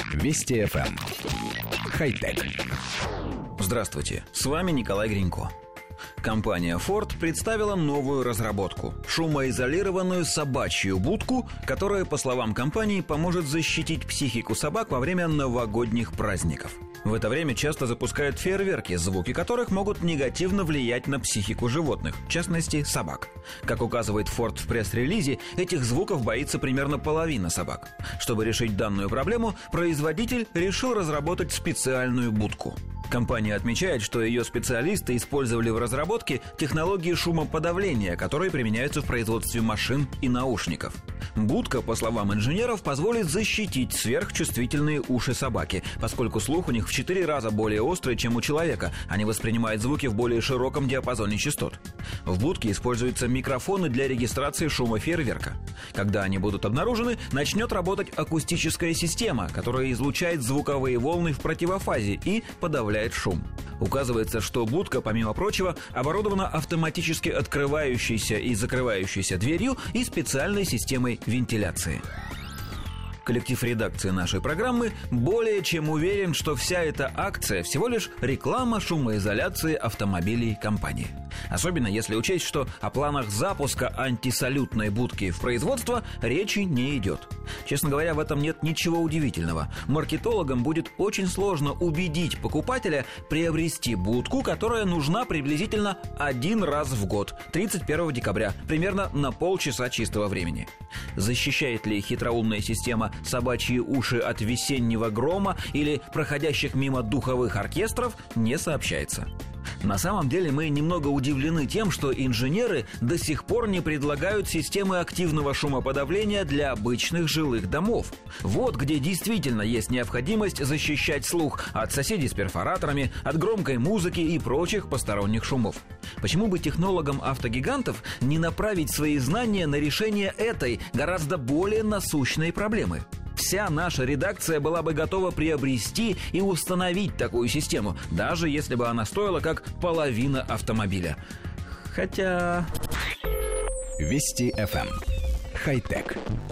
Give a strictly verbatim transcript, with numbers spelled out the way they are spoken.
Вести эф эм. Хай-тек. Здравствуйте, с вами Николай Гринько. Компания Ford представила новую разработку – шумоизолированную собачью будку, которая, по словам компании, поможет защитить психику собак во время новогодних праздников. В это время часто запускают фейерверки, звуки которых могут негативно влиять на психику животных, в частности, собак. Как указывает Ford в пресс-релизе, этих звуков боится примерно половина собак. Чтобы решить данную проблему, производитель решил разработать специальную будку. Компания отмечает, что ее специалисты использовали в разработке технологии шумоподавления, которые применяются в производстве машин и наушников. Будка, по словам инженеров, позволит защитить сверхчувствительные уши собаки, поскольку слух у них в четыре раза более острый, чем у человека. Они воспринимают звуки в более широком диапазоне частот. В будке используются микрофоны для регистрации шума фейерверка. Когда они будут обнаружены, начнет работать акустическая система, которая излучает звуковые волны в противофазе и подавляет шум. Указывается, что будка, помимо прочего, оборудована автоматически открывающейся и закрывающейся дверью и специальной системой вентиляции. Коллектив редакции нашей программы более чем уверен, что вся эта акция всего лишь реклама шумоизоляции автомобилей компании. Особенно если учесть, что о планах запуска антисалютной будки в производство речи не идет. Честно говоря, в этом нет ничего удивительного. Маркетологам будет очень сложно убедить покупателя приобрести будку, которая нужна приблизительно один раз в год, тридцать первого декабря, примерно на полчаса чистого времени. Защищает ли хитроумная система собачьи уши от весеннего грома или проходящих мимо духовых оркестров, не сообщается. На самом деле мы немного удивлены тем, что инженеры до сих пор не предлагают системы активного шумоподавления для обычных жилых домов. Вот где действительно есть необходимость защищать слух от соседей с перфораторами, от громкой музыки и прочих посторонних шумов. Почему бы технологам автогигантов не направить свои знания на решение этой, гораздо более насущной проблемы? Вся наша редакция была бы готова приобрести и установить такую систему, даже если бы она стоила как половина автомобиля. Хотя... Вести эф эм. Хай-тек.